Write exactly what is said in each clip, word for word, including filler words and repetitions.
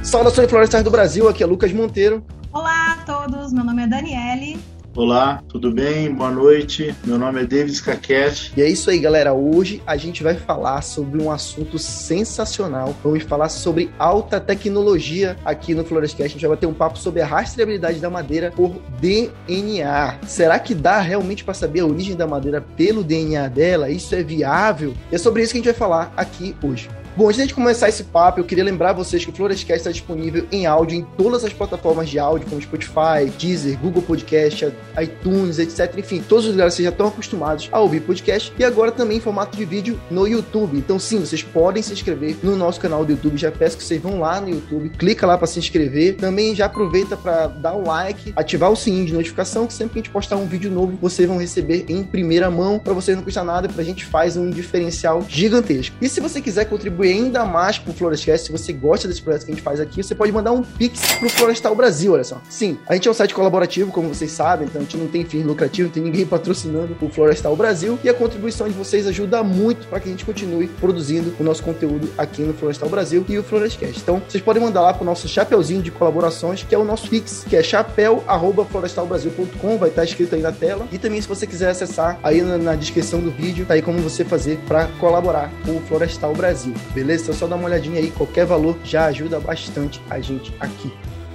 Saudações florestais do Brasil, aqui é Lucas Monteiro. Olá a todos, meu nome é Daniele. Olá, tudo bem? Boa noite. Meu nome é David Scaquete. E é isso aí, galera. Hoje a gente vai falar sobre um assunto sensacional. Vamos falar sobre alta tecnologia aqui no Florescast. A gente vai bater um papo sobre a rastreabilidade da madeira por D N A. Será que dá realmente para saber a origem da madeira pelo D N A dela? Isso é viável? E é sobre isso que a gente vai falar aqui hoje. Bom, antes de começar esse papo, eu queria lembrar vocês que o Florescast está disponível em áudio em todas as plataformas de áudio, como Spotify, Deezer, Google Podcast, iTunes, etcétera. Enfim, todos os lugares vocês já estão acostumados a ouvir podcast e agora também em formato de vídeo no YouTube. Então sim, vocês podem se inscrever no nosso canal do YouTube. Já peço que vocês vão lá no YouTube, clica lá para se inscrever. Também já aproveita para dar o like, ativar o sininho de notificação, que sempre que a gente postar um vídeo novo, vocês vão receber em primeira mão. Para vocês não custa nada, para a gente faz um diferencial gigantesco. E se você quiser contribuir ainda mais com o Florescast, se você gosta desse projeto que a gente faz aqui, você pode mandar um Pix pro Florestal Brasil, olha só. Sim, a gente é um site colaborativo, como vocês sabem, então a gente não tem fim lucrativo, não tem ninguém patrocinando o Florestal Brasil, e a contribuição de vocês ajuda muito para que a gente continue produzindo o nosso conteúdo aqui no Florestal Brasil e o Florescast. Então, vocês podem mandar lá pro nosso chapeuzinho de colaborações, que é o nosso Pix, que é chapéu arroba florestal brasil ponto com, vai estar escrito aí na tela, e também se você quiser acessar aí na, na descrição do vídeo, tá aí como você fazer para colaborar com o Florestal Brasil, beleza? Então, só dá uma olhadinha aí, qualquer valor já ajuda bastante a gente aqui.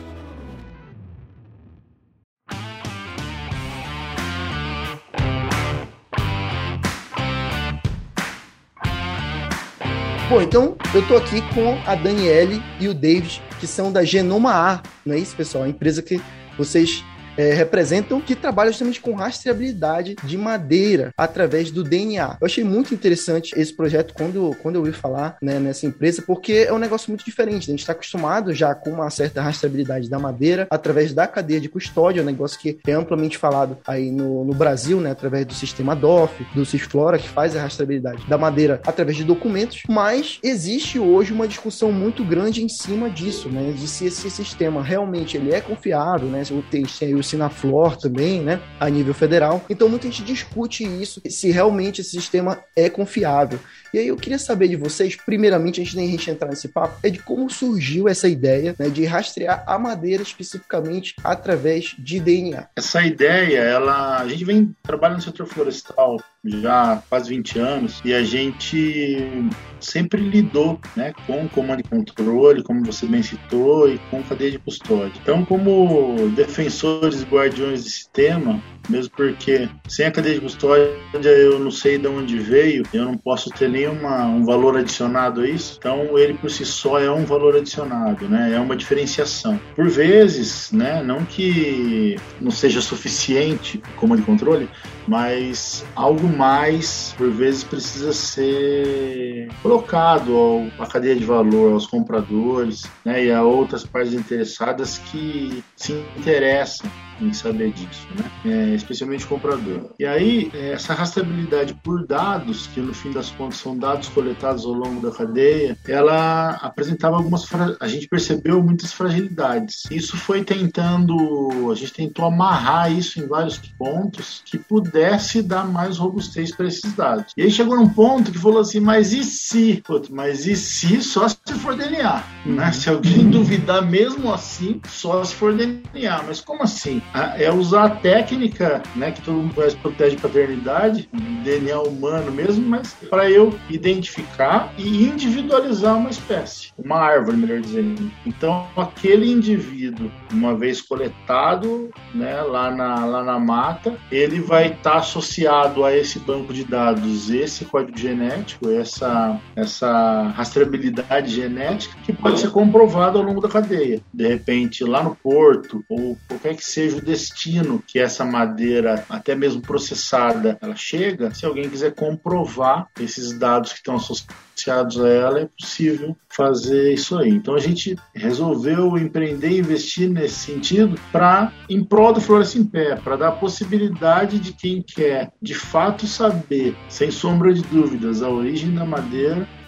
Bom, então eu tô aqui com a Daniele e o David, que são da Genoma A, não é isso, pessoal? A empresa que vocês É, representam, que trabalham justamente com rastreabilidade de madeira através do D N A. Eu achei muito interessante esse projeto quando, quando eu ouvi falar, né, nessa empresa, porque é um negócio muito diferente. A gente está acostumado já com uma certa rastreabilidade da madeira através da cadeia de custódia, um negócio que é amplamente falado aí no, no Brasil, né, através do sistema D O F, do Cisflora, que faz a rastreabilidade da madeira através de documentos, mas existe hoje uma discussão muito grande em cima disso, né, de se esse sistema realmente ele é confiável, né, tem, tem aí o Sinaflor também, né, a nível federal. Então muita gente discute isso, se realmente esse sistema é confiável. E aí eu queria saber de vocês, primeiramente, antes de a gente entrar nesse papo, é de como surgiu essa ideia, né, de rastrear a madeira especificamente através de D N A. Essa ideia, ela, a gente vem trabalhando no setor florestal já há quase vinte anos e a gente sempre lidou, né, com comando e controle, como você bem citou, e com cadeia de custódia. Então, como defensores e guardiões desse tema, mesmo porque sem a cadeia de custódia eu não sei de onde veio, eu não posso ter nenhuma, um valor adicionado a isso, então ele por si só é um valor adicionado, né? É uma diferenciação. Por vezes, né, não que não seja suficiente comando e controle, mas algo mais, por vezes, precisa ser colocado ao, à cadeia de valor, aos compradores, né, e a outras partes interessadas que se interessam em saber disso, né? É, especialmente o comprador. E aí, essa rastreabilidade por dados, que no fim das contas são dados coletados ao longo da cadeia, ela apresentava algumas... Fra... A gente percebeu muitas fragilidades. Isso foi tentando... A gente tentou amarrar isso em vários pontos que pudesse dar mais robustez para esses dados. E aí chegou num ponto que falou assim, mas e se? Putz, mas e se só se for D N A? Uhum. Né? Se alguém duvidar mesmo assim, só se for D N A. Mas como assim? É usar a técnica, né, que todo mundo conhece pelo teste de paternidade, D N A humano mesmo, mas para eu identificar e individualizar uma espécie, uma árvore, melhor dizendo. Então, aquele indivíduo, uma vez coletado, né, lá na, lá na mata, ele vai estar associado a esse banco de dados, esse código genético, essa, essa rastreabilidade genética, que pode ser comprovado ao longo da cadeia. De repente, lá no porto, ou qualquer que seja o destino que essa madeira, até mesmo processada, ela chega, se alguém quiser comprovar esses dados que estão associados a ela, é possível fazer isso aí. Então a gente resolveu empreender e investir nesse sentido para, em prol do Floresta em Pé, para dar a possibilidade de quem quer de fato saber, sem sombra de dúvidas, a origem da madeira,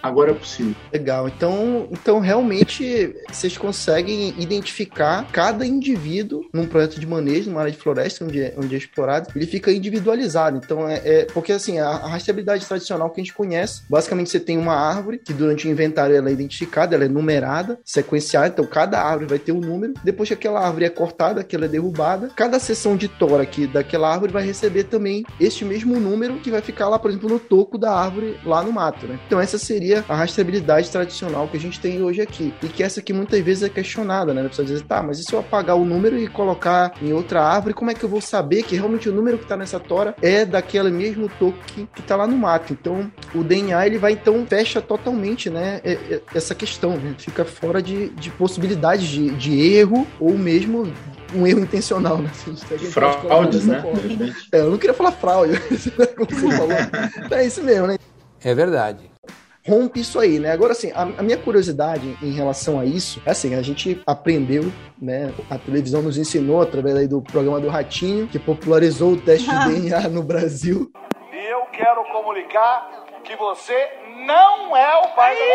agora é possível. Legal, então, então realmente vocês conseguem identificar cada indivíduo num projeto de manejo, numa área de floresta onde é, onde é explorado, ele fica individualizado. Então é, é porque assim, a, a rastreabilidade tradicional que a gente conhece, basicamente você tem uma árvore que durante o inventário ela é identificada, ela é numerada, sequenciada, então cada árvore vai ter um número. Depois que aquela árvore é cortada, que ela é derrubada, cada seção de tora aqui daquela árvore vai receber também este mesmo número que vai ficar lá, por exemplo, no toco da árvore lá no mato, né? Então essa seria a rastreabilidade tradicional que a gente tem hoje aqui. E que essa aqui muitas vezes é questionada, né? A pessoa diz, tá, mas e se eu apagar o número e colocar em outra árvore, como é que eu vou saber que realmente o número que está nessa tora é daquele mesmo toco que, que tá lá no mato? Então, o D N A, ele vai, então, fecha totalmente, né, essa questão, né? Fica fora de, de possibilidade de, de erro ou mesmo um erro intencional, né? Fraude, né? É, eu não queria falar fraude, como você falou. É isso mesmo, né? É verdade. Rompe isso aí, né? Agora, assim, a, a minha curiosidade em relação a isso, é assim, a gente aprendeu, né? A televisão nos ensinou, através aí do programa do Ratinho, que popularizou o teste de D N A no Brasil. E eu quero comunicar que você não é o pai da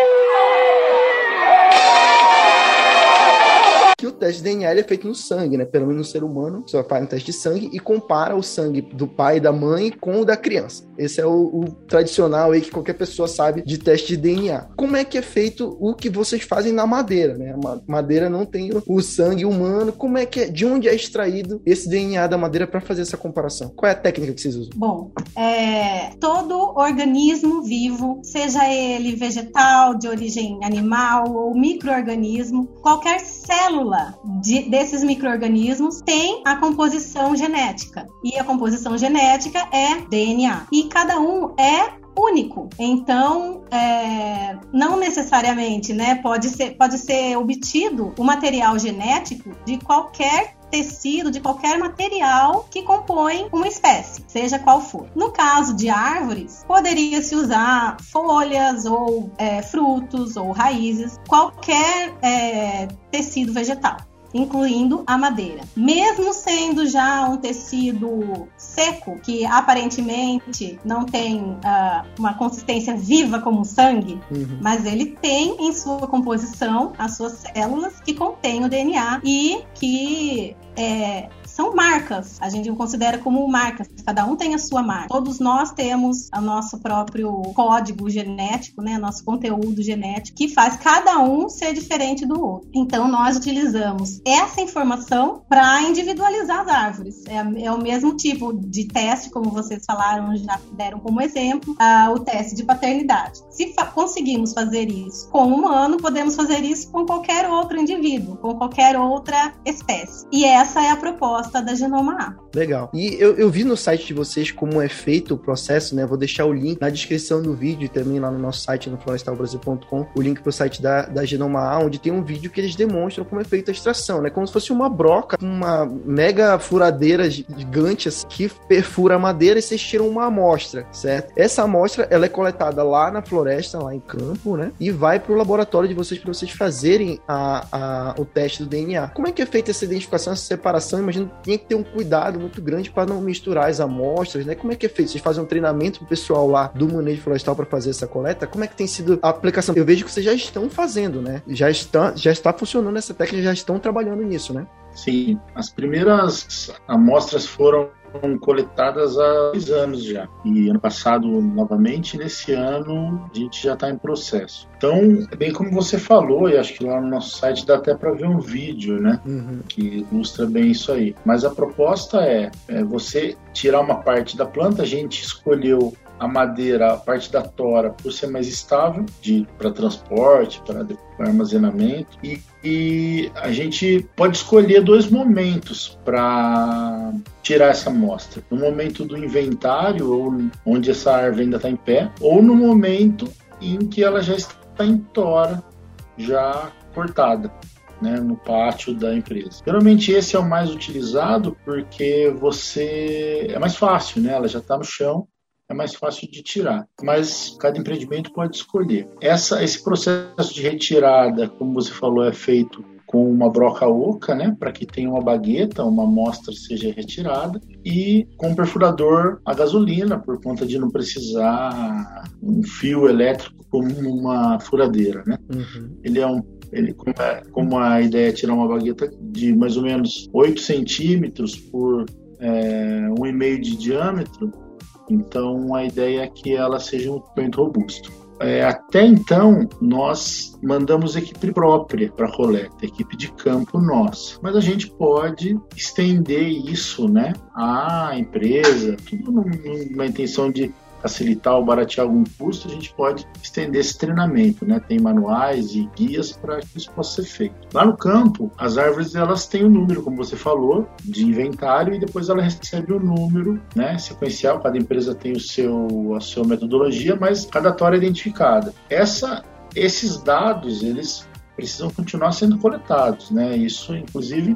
que o teste de D N A ele é feito no sangue, né? Pelo menos no ser humano, você faz um teste de sangue e compara o sangue do pai e da mãe com o da criança. Esse é o, o tradicional aí que qualquer pessoa sabe de teste de D N A. Como é que é feito o que vocês fazem na madeira, né? A madeira não tem o sangue humano. Como é que é, de onde é extraído esse D N A da madeira para fazer essa comparação? Qual é a técnica que vocês usam? Bom, é, todo organismo vivo, seja ele vegetal, de origem animal ou micro-organismo, qualquer célula De, desses micro-organismos tem a composição genética. E a composição genética é D N A. E cada um é único. Então, é, não necessariamente, né, pode ser, pode ser obtido o material genético de qualquer tecido, de qualquer material que compõe uma espécie, seja qual for. No caso de árvores, poderia-se usar folhas ou é, frutos ou raízes, qualquer é, tecido vegetal, incluindo a madeira. Mesmo sendo já um tecido seco, que aparentemente não tem uh, uma consistência viva como o sangue, uhum. mas ele tem em sua composição as suas células que contêm o D N A e que é, são marcas, a gente considera como marcas, cada um tem a sua marca. Todos nós temos o nosso próprio código genético, né, nosso conteúdo genético, que faz cada um ser diferente do outro. Então, nós utilizamos essa informação para individualizar as árvores. É, é o mesmo tipo de teste, como vocês falaram, já deram como exemplo, uh, o teste de paternidade. Se fa- conseguimos fazer isso com um humano, podemos fazer isso com qualquer outro indivíduo, com qualquer outra espécie. E essa é a proposta da Genoma A. Legal. E eu, eu vi no site de vocês como é feito o processo, né? Vou deixar o link na descrição do vídeo e também lá no nosso site, no florestal brasil ponto com, o link para o site da, da Genoma A, onde tem um vídeo que eles demonstram como é feita a extração, né? Como se fosse uma broca, uma mega furadeira gigante assim, que perfura a madeira e vocês tiram uma amostra, certo? Essa amostra, ela é coletada lá na floresta, lá em campo, né? E vai para o laboratório de vocês para vocês fazerem a, a, o teste do D N A. Como é que é feita essa identificação, essa separação? Imagino que tinha que ter um cuidado muito grande para não misturar as amostras, né? Como é que é feito? Vocês fazem um treinamento pro pessoal lá do manejo florestal para fazer essa coleta? Como é que tem sido a aplicação? Eu vejo que vocês já estão fazendo, né? Já está, já está funcionando essa técnica, já estão trabalhando nisso, né? Sim, as primeiras amostras foram coletadas há dois anos já. E ano passado, novamente, nesse ano, a gente já está em processo. Então, é bem como você falou, e acho que lá no nosso site dá até para ver um vídeo, né? Uhum. Que ilustra bem isso aí. Mas a proposta é, é você tirar uma parte da planta. A gente escolheu a madeira, a parte da tora, por ser mais estável para transporte, para armazenamento. E, e a gente pode escolher dois momentos para tirar essa amostra. No momento do inventário, ou onde essa árvore ainda está em pé, ou no momento em que ela já está em tora, já cortada, né, no pátio da empresa. Geralmente esse é o mais utilizado porque você é mais fácil, né? Ela já está no chão, é mais fácil de tirar, mas cada empreendimento pode escolher. Essa, esse processo de retirada, como você falou, é feito com uma broca oca, né, para que tenha uma bagueta, uma amostra seja retirada, e com um perfurador a gasolina, por conta de não precisar um fio elétrico como uma furadeira, né? Uhum. Ele é um Ele, como, é, como a ideia é tirar uma bagueta de mais ou menos oito centímetros por é, um e meio de diâmetro, então a ideia é que ela seja um equipamento robusto. É, até então, nós mandamos equipe própria para a coleta, equipe de campo nossa. Mas a gente pode estender isso, né, à empresa, tudo numa intenção de facilitar ou baratear algum custo, a gente pode estender esse treinamento, né? Tem manuais e guias para que isso possa ser feito. Lá no campo, as árvores elas têm um número, como você falou, de inventário, e depois ela recebe o um número, né, sequencial. Cada empresa tem o seu, a sua metodologia, mas cada tora é identificada. Essa, esses dados, eles precisam continuar sendo coletados, né? Isso, inclusive,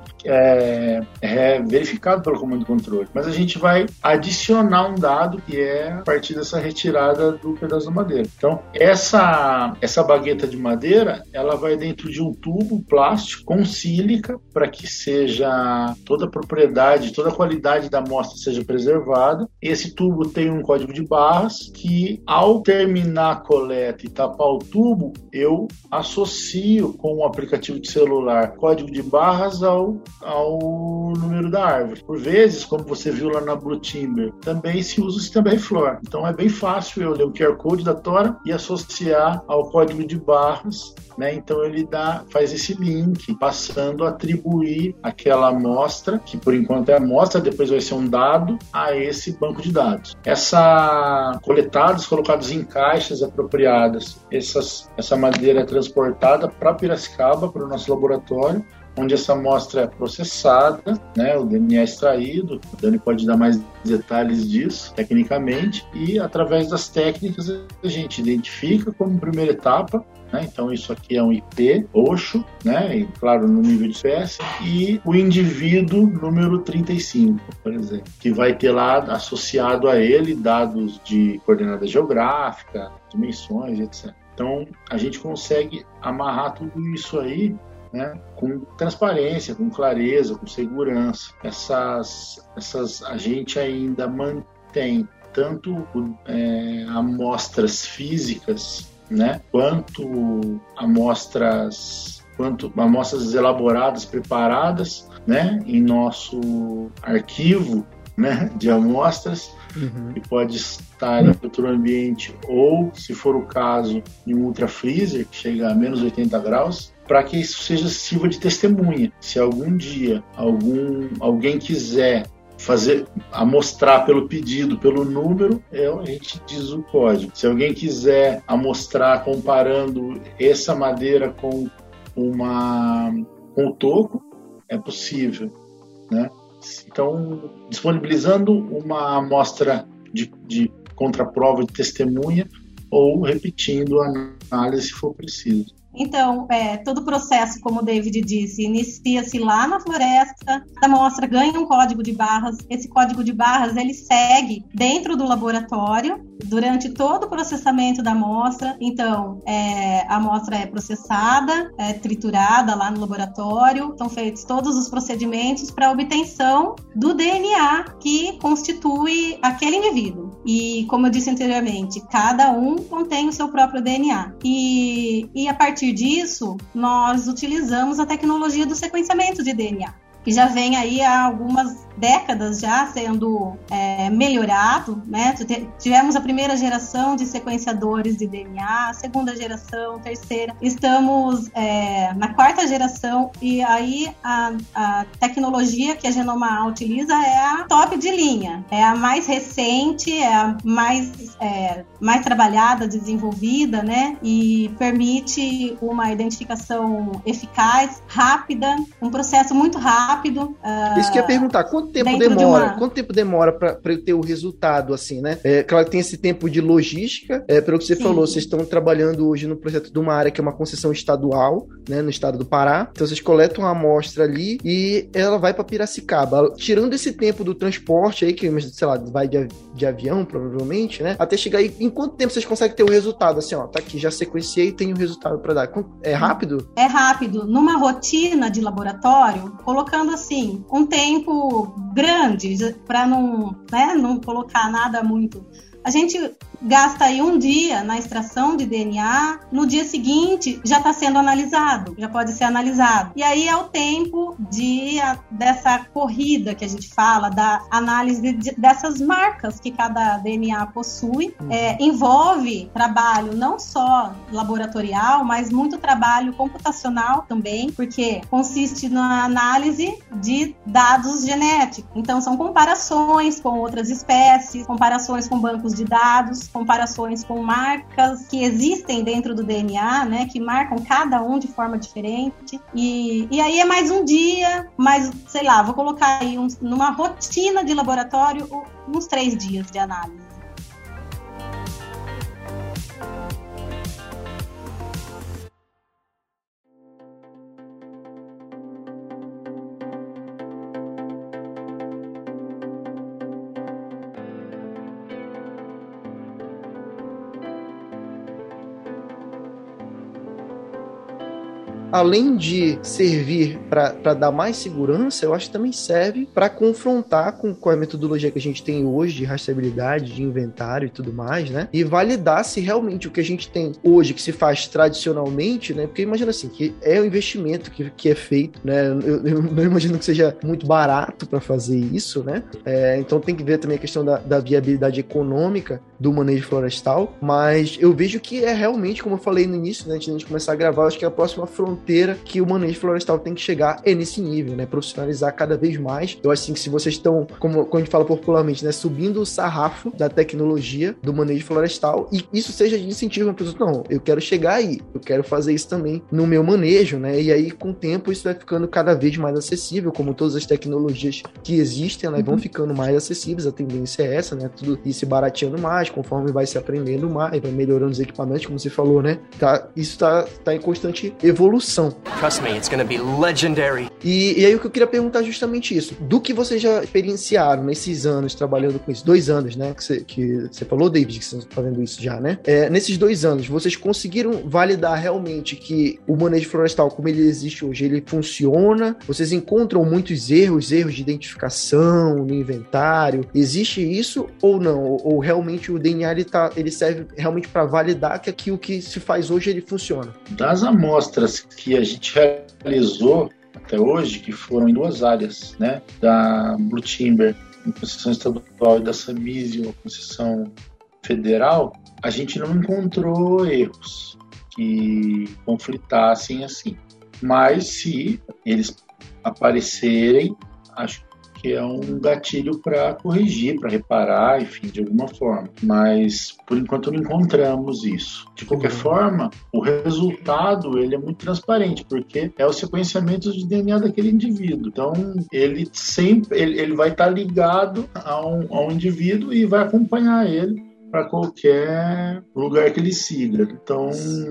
é, é verificado pelo comando de controle. Mas a gente vai adicionar um dado que é a partir dessa retirada do pedaço de madeira. Então, essa, essa bagueta de madeira, ela vai dentro de um tubo plástico com sílica para que seja toda a propriedade, toda a qualidade da amostra seja preservada. Esse tubo tem um código de barras que, ao terminar a coleta e tapar o tubo, eu associo com o aplicativo de celular código de barras ao, ao número da árvore. Por vezes, como você viu lá na Blue Timber, também se usa o sistema Reflor. Então é bem fácil eu ler o Q R Code da tora e associar ao código de barras, né? Então ele dá, faz esse link, passando a atribuir aquela amostra, que por enquanto é amostra, depois vai ser um dado, a esse banco de dados. Essa, coletados, colocados em caixas apropriadas, essas, essa madeira é transportada para Piracicaba, para o nosso laboratório, onde essa amostra é processada, né, o D N A é extraído, o Dani pode dar mais detalhes disso, tecnicamente, e através das técnicas a gente identifica como primeira etapa, né, então isso aqui é um I P roxo, né, e claro, no nível de espécie, e o indivíduo número trinta e cinco, por exemplo, que vai ter lá associado a ele dados de coordenada geográfica, dimensões, etcétera. Então, a gente consegue amarrar tudo isso aí, né, com transparência, com clareza, com segurança. Essas, essas, a gente ainda mantém tanto é, amostras físicas, né, quanto amostras, quanto amostras elaboradas, preparadas, né, em nosso arquivo, né, de amostras, uhum. que pode estar em outro ambiente ou, se for o caso, em um ultra freezer que chega a menos oitenta graus, para que isso seja sirva de testemunha. Se algum dia algum, alguém quiser fazer, amostrar pelo pedido, pelo número, é, a gente diz o código. Se alguém quiser amostrar comparando essa madeira com uma com o toco, é possível, né? Então, disponibilizando uma amostra de, de contraprova de testemunha ou repetindo a análise se for preciso. Então, é, todo o processo, como o David disse, inicia-se lá na floresta, a amostra ganha um código de barras, esse código de barras ele segue dentro do laboratório durante todo o processamento da amostra. Então, é, a amostra é processada, é triturada lá no laboratório, estão feitos todos os procedimentos para a obtenção do D N A que constitui aquele indivíduo. E, como eu disse anteriormente, cada um contém o seu próprio D N A. E, e a partir disso, nós utilizamos a tecnologia do sequenciamento de D N A, que já vem aí há algumas décadas já sendo é, melhorado, né? Tivemos a primeira geração de sequenciadores de D N A, segunda geração, terceira, estamos é, na quarta geração, e aí a, a tecnologia que a Genomar utiliza é a top de linha, é a mais recente, é a mais, é, mais trabalhada, desenvolvida, né? E permite uma identificação eficaz, rápida, um processo muito rápido, rápido. Uh, Isso que eu ia perguntar, quanto tempo demora? De uma... Quanto tempo demora para eu ter o resultado, assim, né? É claro que tem esse tempo de logística, é, pelo que você Sim. falou, vocês estão trabalhando hoje no projeto de uma área que é uma concessão estadual, né, no estado do Pará. Então vocês coletam a amostra ali e ela vai para Piracicaba. Tirando esse tempo do transporte aí, que, sei lá, vai de, de avião, provavelmente, né? Até chegar aí, em quanto tempo vocês conseguem ter o resultado? Assim, ó, tá aqui, já sequenciei e tenho o resultado para dar. É rápido? É rápido. Numa rotina de laboratório, colocando assim, um tempo grande, para não, né, não colocar nada muito. A gente gasta aí um dia na extração de D N A, no dia seguinte já está sendo analisado, já pode ser analisado. E aí é o tempo de, a, dessa corrida que a gente fala, da análise de, dessas marcas que cada D N A possui. Uhum. É, envolve trabalho não só laboratorial, mas muito trabalho computacional também, porque consiste na análise de dados genéticos. Então são comparações com outras espécies, comparações com bancos de dados, comparações com marcas que existem dentro do D N A, né, que marcam cada um de forma diferente. E, e aí é mais um dia, mais, sei lá, vou colocar aí um, numa rotina de laboratório uns três dias de análise. Além de servir para dar mais segurança, eu acho que também serve para confrontar com, com a metodologia que a gente tem hoje de rastreabilidade, de inventário e tudo mais, né? E validar se realmente o que a gente tem hoje, que se faz tradicionalmente, né? Porque imagina assim, que é o investimento que, que é feito, né? Eu, eu não imagino que seja muito barato para fazer isso, né? É, então tem que ver também a questão da, da viabilidade econômica do manejo florestal, mas eu vejo que é realmente, como eu falei no início, né? Antes de a gente começar a gravar, eu acho que é a próxima fronteira que o manejo florestal tem que chegar é nesse nível, né? Profissionalizar cada vez mais. Eu acho assim que se vocês estão, como, como a gente fala popularmente, né? Subindo o sarrafo da tecnologia do manejo florestal, e isso seja de incentivo para pessoa, não, eu quero chegar aí, eu quero fazer isso também no meu manejo, né? E aí, com o tempo, isso vai ficando cada vez mais acessível, como todas as tecnologias que existem, elas uhum. vão ficando mais acessíveis, a tendência é essa, né? Tudo ir se barateando mais, conforme vai se aprendendo mais, vai melhorando os equipamentos, como você falou, né? Tá, isso tá, tá em constante evolução. Trust me, it's gonna be legendary. E, e aí o que eu queria perguntar é justamente isso. Do que vocês já experienciaram nesses anos trabalhando com isso? Dois anos, né? Que você, que você falou, David, que vocês estão fazendo isso já, né? É, nesses dois anos, vocês conseguiram validar realmente que o manejo florestal, como ele existe hoje, ele funciona? Vocês encontram muitos erros, erros de identificação no inventário? Existe isso ou não? Ou, ou realmente o D N A ele, tá, ele serve realmente para validar que aquilo que se faz hoje ele funciona? Das amostras que a gente realizou até hoje, que foram em duas áreas, né, da Blue Timber, em concessão estadual, e da Samísio, concessão federal, a gente não encontrou erros que conflitassem assim. Mas se eles aparecerem, acho que é um gatilho para corrigir, para reparar, enfim, de alguma forma. Mas, por enquanto, não encontramos isso. De qualquer uhum. forma, o resultado ele é muito transparente, porque é o sequenciamento de D N A daquele indivíduo. Então, ele sempre ele, ele vai estar ligado a um, a um indivíduo e vai acompanhar ele para qualquer lugar que ele siga. Então,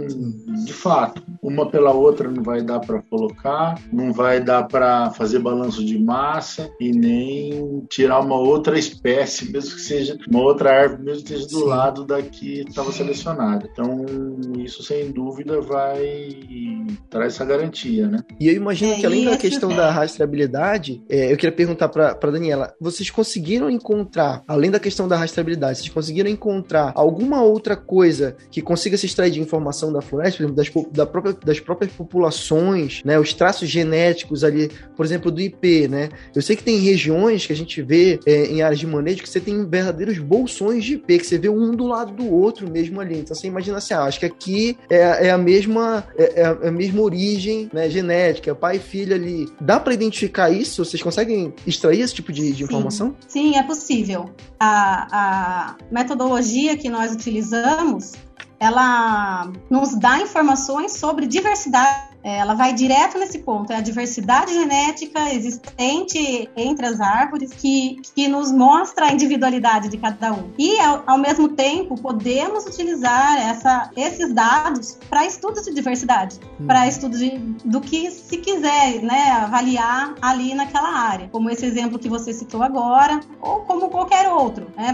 de fato, uma pela outra não vai dar para colocar, não vai dar para fazer balanço de massa e nem tirar uma outra espécie, mesmo que seja uma outra árvore, mesmo que esteja do Sim. lado da que estava selecionada. Então, isso sem dúvida vai trazer essa garantia, né? E eu imagino é, que além da questão é. da rastreabilidade, é, eu queria perguntar para a Daniela, vocês conseguiram encontrar, além da questão da rastreabilidade, vocês conseguiram encontrar alguma outra coisa que consiga se extrair de informação da floresta, por exemplo, das, da própria, das próprias populações, né, os traços genéticos ali, por exemplo, do I P, né? Eu sei que tem regiões que a gente vê é, em áreas de manejo que você tem verdadeiros bolsões de I P, que você vê um do lado do outro mesmo ali. Então você imagina assim, ah, acho que aqui é, é a mesma é, é a mesma origem, né, genética, pai e filho ali. Dá para identificar isso? Vocês conseguem extrair esse tipo de, de informação? Sim, sim, é possível. A, a metodologia que nós utilizamos, ela nos dá informações sobre diversidade ela vai direto nesse ponto, é a diversidade genética existente entre as árvores que, que nos mostra a individualidade de cada um. E, ao, ao mesmo tempo, podemos utilizar essa, esses dados para estudos de diversidade, hum. para estudos de, do que se quiser, né, avaliar ali naquela área, como esse exemplo que você citou agora, ou como qualquer outro, né,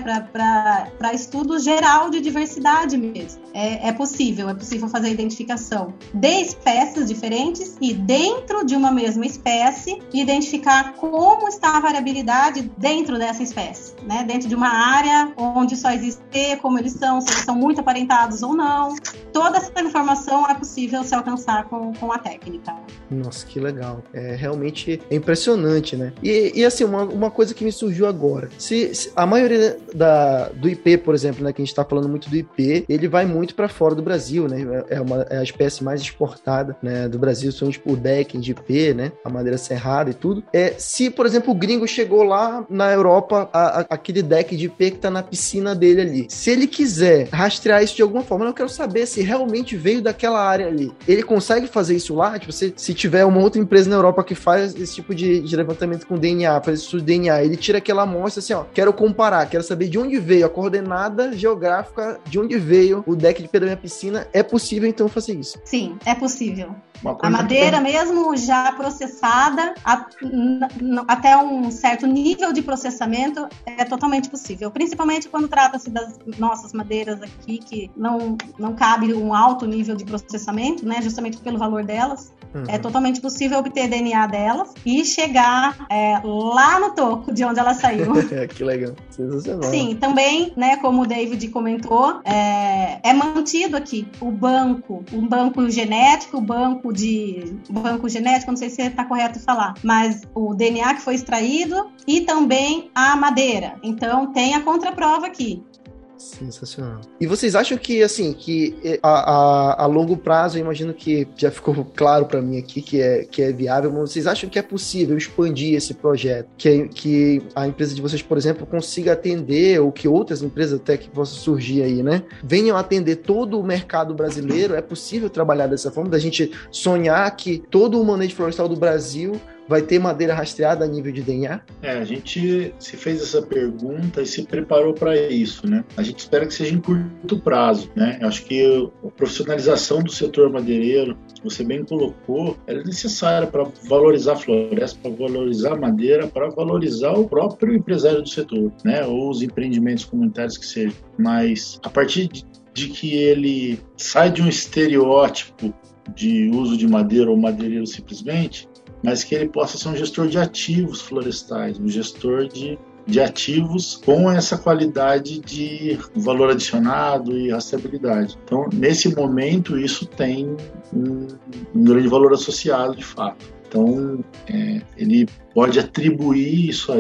para estudo geral de diversidade mesmo. É, é possível, é possível fazer a identificação de espécies diferentes e dentro de uma mesma espécie, identificar como está a variabilidade dentro dessa espécie, né, dentro de uma área onde só existe como eles são, se eles são muito aparentados ou não. Toda essa informação é possível se alcançar com, com a técnica. Nossa, que legal. É realmente é impressionante, né? E, e assim, uma, uma coisa que me surgiu agora. Se, se a maioria da, do I P, por exemplo, né, que a gente tá falando muito do I P, ele vai muito para fora do Brasil, né? É, uma, é a espécie mais exportada, né, do Brasil, são tipo o decking de I P, né? A madeira serrada e tudo. É, se, por exemplo, o gringo chegou lá na Europa, a, a, aquele deck de I P que tá na piscina dele ali. Se ele quiser rastrear isso de alguma forma, eu quero saber se realmente veio daquela área ali. Ele consegue fazer isso lá? Tipo, se, se tiver uma outra empresa na Europa que faz esse tipo de, de levantamento com D N A, faz isso de D N A, ele tira aquela amostra assim, ó, quero comparar, quero saber de onde veio a coordenada geográfica, de onde veio o deck de P da minha piscina. É possível, então, fazer isso? Sim, é possível. A madeira que... mesmo já processada, a, n- n- até um certo nível de processamento, é totalmente possível. Principalmente quando trata-se das nossas madeiras aqui, que não, não cabe um alto nível de processamento, né, justamente pelo valor delas. Uhum. É totalmente possível obter D N A delas e chegar é, lá no toco de onde ela saiu. Que legal, sensacional. Sim, também, né, como o David comentou, é, é mantido aqui o banco, um banco genético, o banco de banco genético, não sei se está correto falar, mas o D N A que foi extraído e também a madeira. Então tem a contraprova aqui. Sensacional. E vocês acham que, assim, que a, a, a longo prazo, eu imagino que já ficou claro para mim aqui que é, que é viável, mas vocês acham que é possível expandir esse projeto? Que, que a empresa de vocês, por exemplo, consiga atender, ou que outras empresas até que possam surgir aí, né, venham atender todo o mercado brasileiro? É possível trabalhar dessa forma, da gente sonhar que todo o manejo florestal do Brasil vai ter madeira rastreada a nível de D N A? É, a gente se fez essa pergunta e se preparou para isso, né? A gente espera que seja em curto prazo, né? Eu acho que a profissionalização do setor madeireiro, que você bem colocou, ela é necessária para valorizar a floresta, para valorizar a madeira, para valorizar o próprio empresário do setor, né? Ou os empreendimentos comunitários que sejam. Mas a partir de, de que ele sai de um estereótipo de uso de madeira ou madeireiro simplesmente, mas que ele possa ser um gestor de ativos florestais, um gestor de, de ativos com essa qualidade de valor adicionado e rastreabilidade. Então, nesse momento, isso tem um, um grande valor associado, de fato. Então, é, ele pode atribuir isso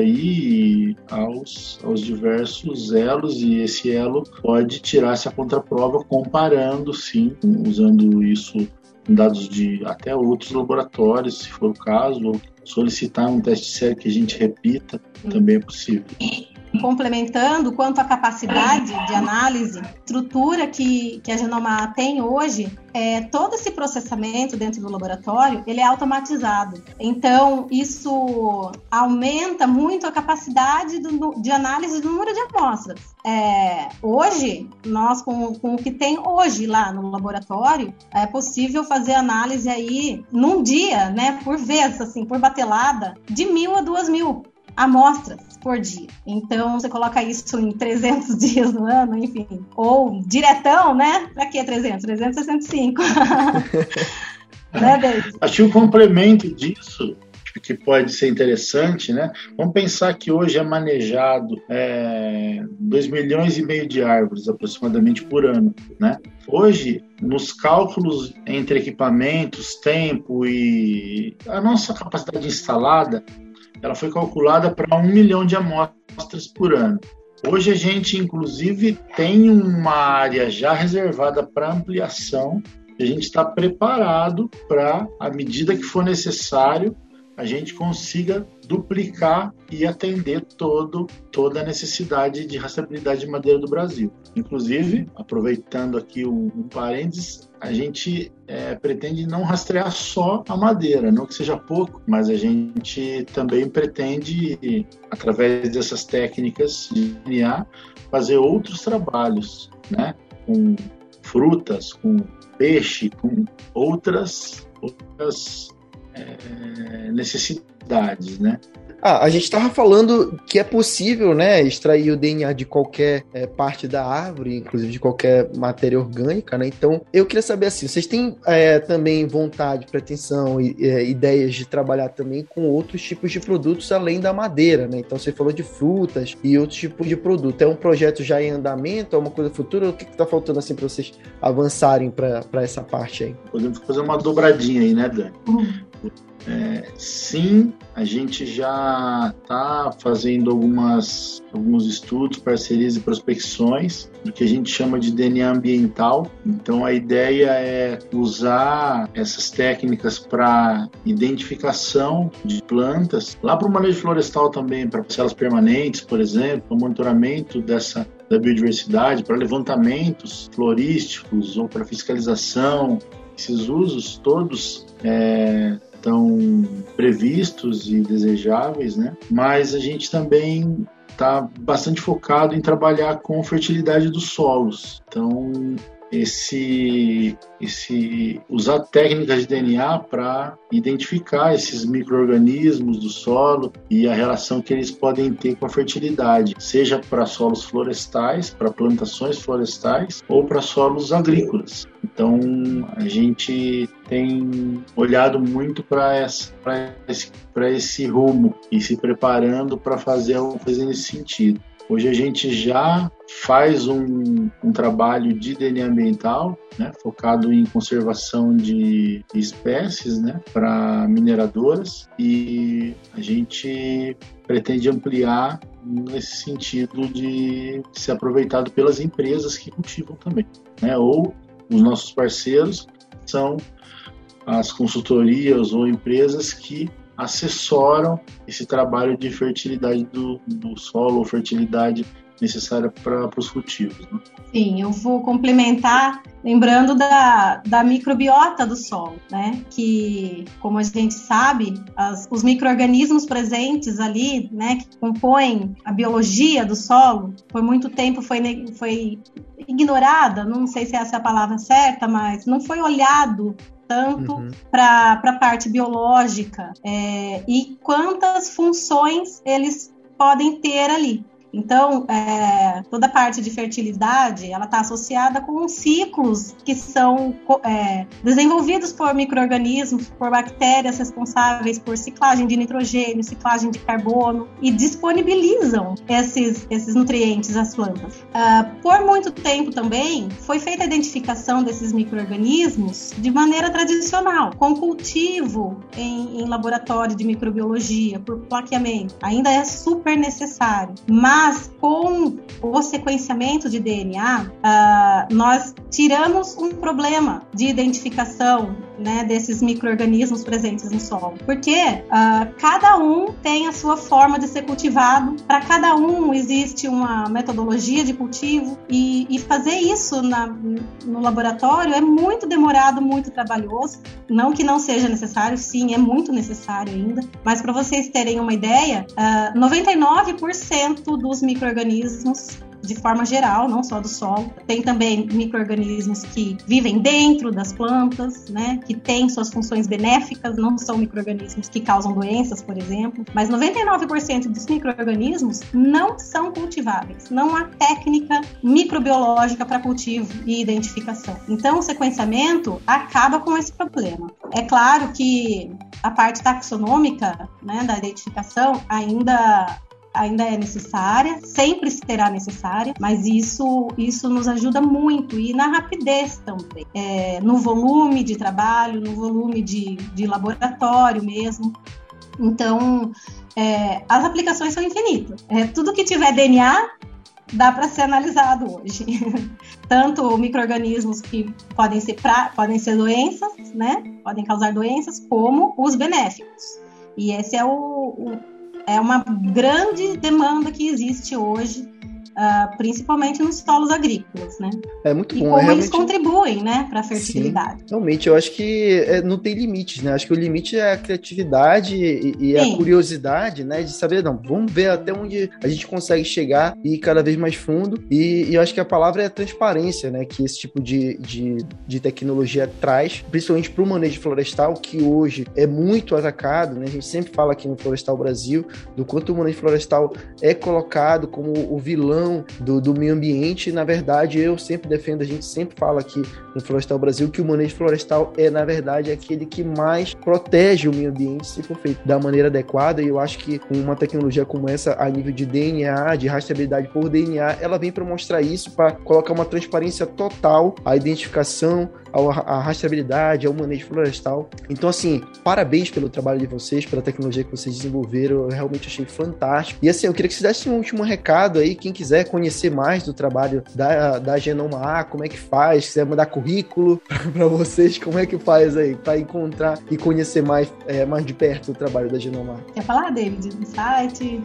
aí aos, aos diversos elos, e esse elo pode tirar essa contraprova comparando, sim, usando isso dados de até outros laboratórios, se for o caso, ou solicitar um teste sério que a gente repita, também é possível. Complementando, quanto à capacidade de análise, estrutura que, que a Genomar tem hoje, é, todo esse processamento dentro do laboratório, ele é automatizado. Então, isso aumenta muito a capacidade do, de análise do número de amostras. É, hoje, nós, com, com o que tem hoje lá no laboratório, é possível fazer análise aí, num dia, né, por vez, assim, por batelada, de mil a duas mil amostras por dia. Então, você coloca isso em trezentos dias no ano, enfim. Ou diretão, né? Pra que trezentos? trezentos e sessenta e cinco. Né, David? Acho que o complemento disso, que pode ser interessante, né? Vamos pensar que hoje é manejado é, dois milhões e meio de árvores, aproximadamente, por ano, né? Hoje, nos cálculos entre equipamentos, tempo e a nossa capacidade instalada, ela foi calculada para um milhão de amostras por ano. Hoje a gente, inclusive, tem uma área já reservada para ampliação, e a gente está preparado para, à medida que for necessário, a gente consiga duplicar e atender todo, toda a necessidade de rastreabilidade de madeira do Brasil. Inclusive, aproveitando aqui um, um parênteses, a gente é, pretende não rastrear só a madeira, não que seja pouco, mas a gente também pretende, através dessas técnicas de D N A, fazer outros trabalhos, né? Com frutas, com peixe, com outras, outras é, necessidades, né? Ah, a gente estava falando que é possível, né, extrair o D N A de qualquer é, parte da árvore, inclusive de qualquer matéria orgânica, né? Então, eu queria saber assim, vocês têm é, também vontade, pretensão e é, ideias de trabalhar também com outros tipos de produtos além da madeira, né? Então, você falou de frutas e outros tipos de produto. É um projeto já em andamento? É uma coisa futura? O que está faltando assim para vocês avançarem para essa parte aí? Podemos fazer uma dobradinha aí, né, Dani? Uhum. É, sim, a gente já está fazendo algumas, alguns estudos, parcerias e prospecções do que a gente chama de D N A ambiental. Então a ideia é usar essas técnicas para identificação de plantas, lá para o manejo florestal também, para parcelas permanentes, por exemplo, para monitoramento dessa da biodiversidade, para levantamentos florísticos ou para fiscalização. Esses usos todos é, estão previstos e desejáveis, né? Mas a gente também está bastante focado em trabalhar com fertilidade dos solos. Então, esse, esse usar técnicas de D N A para identificar esses micro-organismos do solo e a relação que eles podem ter com a fertilidade, seja para solos florestais, para plantações florestais ou para solos agrícolas. Então, a gente tem olhado muito para esse, esse rumo e se preparando para fazer alguma coisa nesse sentido. Hoje a gente já faz um, um trabalho de D N A ambiental, né, focado em conservação de espécies, né, para mineradoras, e a gente pretende ampliar nesse sentido de ser aproveitado pelas empresas que cultivam também, né, ou os nossos parceiros são as consultorias ou empresas que assessoram esse trabalho de fertilidade do, do solo ou fertilidade necessária para os cultivos, né? Sim, eu vou complementar lembrando da, da microbiota do solo, né? Que, como a gente sabe, as, os micro-organismos presentes ali, né, que compõem a biologia do solo, por muito tempo foi, foi ignorada, não sei se essa é a palavra certa, mas não foi olhado tanto uhum. para a parte biológica é, e quantas funções eles podem ter ali. Então, é, toda a parte de fertilidade, ela está associada com ciclos que são é, desenvolvidos por micro-organismos, por bactérias responsáveis por ciclagem de nitrogênio, ciclagem de carbono e disponibilizam esses, esses nutrientes às plantas. Uh, por muito tempo também, foi feita a identificação desses micro-organismos de maneira tradicional, com cultivo em, em laboratório de microbiologia, por plaqueamento. Ainda é super necessário, mas Mas com o sequenciamento de D N A, uh, nós tiramos um problema de identificação, né, desses micro-organismos presentes no solo. Porque uh, cada um tem a sua forma de ser cultivado, para cada um existe uma metodologia de cultivo, e, e fazer isso na, no laboratório é muito demorado, muito trabalhoso. Não que não seja necessário, sim, é muito necessário ainda. Mas para vocês terem uma ideia, uh, noventa e nove por cento do dos micro-organismos, de forma geral, não só do solo. Tem também micro-organismos que vivem dentro das plantas, né, que têm suas funções benéficas, não são micro-organismos que causam doenças, por exemplo. Mas noventa e nove por cento dos micro-organismos não são cultiváveis. Não há técnica microbiológica para cultivo e identificação. Então, o sequenciamento acaba com esse problema. É claro que a parte taxonômica, né, da identificação ainda... ainda é necessária, sempre será necessária, mas isso, isso nos ajuda muito, e na rapidez também, é, no volume de trabalho, no volume de, de laboratório mesmo. Então, é, as aplicações são infinitas. É, tudo que tiver D N A dá para ser analisado hoje. Tanto micro-organismos que podem ser, pra, podem ser doenças, né? Podem causar doenças, como os benéficos. E esse é, o, o, é uma grande demanda que existe hoje, Uh, principalmente nos solos agrícolas, né? É muito bom. E como é realmente... eles contribuem, né, para a fertilidade. Sim, realmente, eu acho que é, não tem limites, né? Acho que o limite é a criatividade e, e a curiosidade, né? De saber, não, vamos ver até onde a gente consegue chegar e ir cada vez mais fundo. E, e eu acho que a palavra é a transparência, né? Que esse tipo de, de, de tecnologia traz, principalmente para o manejo florestal, que hoje é muito atacado, né? A gente sempre fala aqui no Florestal Brasil do quanto o manejo florestal é colocado como o vilão Do, do meio ambiente. Na verdade, eu sempre defendo, a gente sempre fala aqui no Florestal Brasil que o manejo florestal é, na verdade, aquele que mais protege o meio ambiente se for feito da maneira adequada, e eu acho que uma tecnologia como essa, a nível de D N A, de rastreabilidade por D N A, ela vem para mostrar isso, para colocar uma transparência total à identificação, à rastreabilidade, ao manejo florestal. Então, assim, parabéns pelo trabalho de vocês, pela tecnologia que vocês desenvolveram, eu realmente achei fantástico. E assim, eu queria que vocês dessem um último recado aí, quem quiser conhecer mais do trabalho da, da Genoma A, como é que faz, quiser mandar currículo para vocês, como é que faz aí, para encontrar e conhecer mais, é, mais de perto o trabalho da Genoma A. Quer falar, David, do site?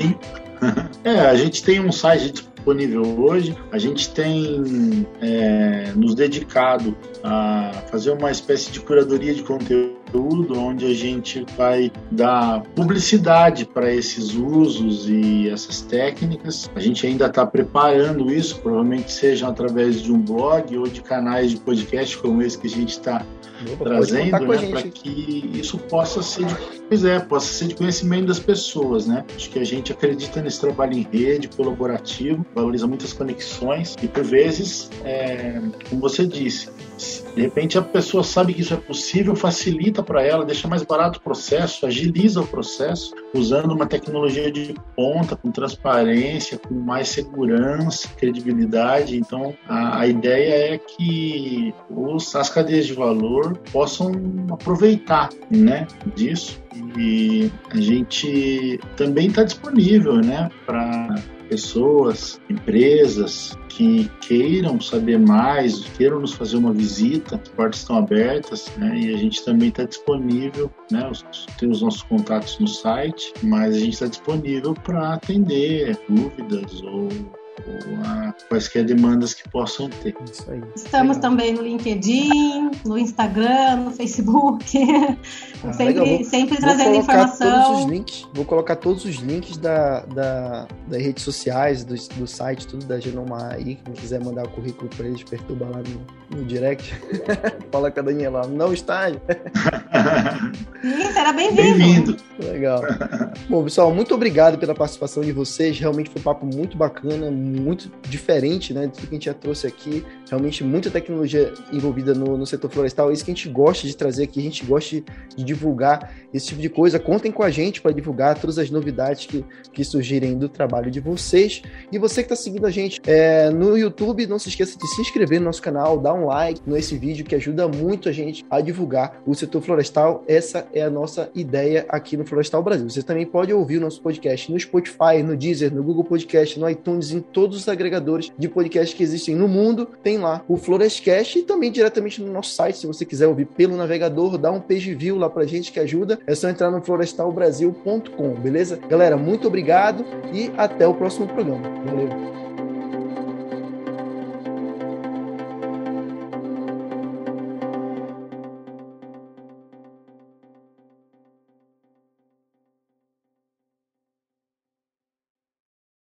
É, a gente tem um site disponível hoje, a gente tem é, nos dedicado a fazer uma espécie de curadoria de conteúdo, onde a gente vai dar publicidade para esses usos e essas técnicas. A gente ainda está preparando isso, provavelmente seja através de um blog ou de canais de podcast como esse que a gente está trazendo, né, para que isso possa ser de, pois é, possa ser de conhecimento das pessoas, né? Acho que a gente acredita nesse trabalho em rede, colaborativo, valoriza muitas conexões e, por vezes, é, como você disse, de repente a pessoa sabe que isso é possível, facilita para ela, deixa mais barato o processo, agiliza o processo, usando uma tecnologia de ponta, com transparência, com mais segurança, credibilidade. Então, a, a ideia é que os, as cadeias de valor possam aproveitar, né, disso. E a gente também está disponível, né, para pessoas, empresas que queiram saber mais, queiram nos fazer uma visita, as portas estão abertas, né? E a gente também está disponível, né? Tem os nossos contatos no site, mas a gente está disponível para atender dúvidas ou ou a quaisquer demandas que possam ter. Isso aí. Estamos legal. Também no LinkedIn, no Instagram, no Facebook, ah, sempre, vou, sempre trazendo informação. Todos os links, vou colocar todos os links da, da, das redes sociais, do, do site, tudo da Genoma aí, quem quiser mandar o currículo para eles, perturba lá no, no direct. Fala com a Daniela, não está? Sim, será bem-vindo. Bem-vindo. Legal. Bom, pessoal, muito obrigado pela participação de vocês, realmente foi um papo muito bacana, muito diferente, né, de tudo que a gente já trouxe aqui, realmente muita tecnologia envolvida no, no setor florestal, é isso que a gente gosta de trazer aqui, a gente gosta de, de divulgar esse tipo de coisa, contem com a gente para divulgar todas as novidades que, que surgirem do trabalho de vocês, e você que está seguindo a gente é, no YouTube, não se esqueça de se inscrever no nosso canal, dar um like nesse vídeo que ajuda muito a gente a divulgar o setor florestal, essa é a nossa ideia aqui no Florestal Brasil. Você também pode ouvir o nosso podcast no Spotify, no Deezer, no Google Podcast, no iTunes, em todos os agregadores de podcast que existem no mundo, tem lá o Florescast e também diretamente no nosso site, se você quiser ouvir pelo navegador, dá um page view lá pra gente que ajuda, é só entrar no florestal brasil ponto com, beleza? Galera, muito obrigado e até o próximo programa. Valeu!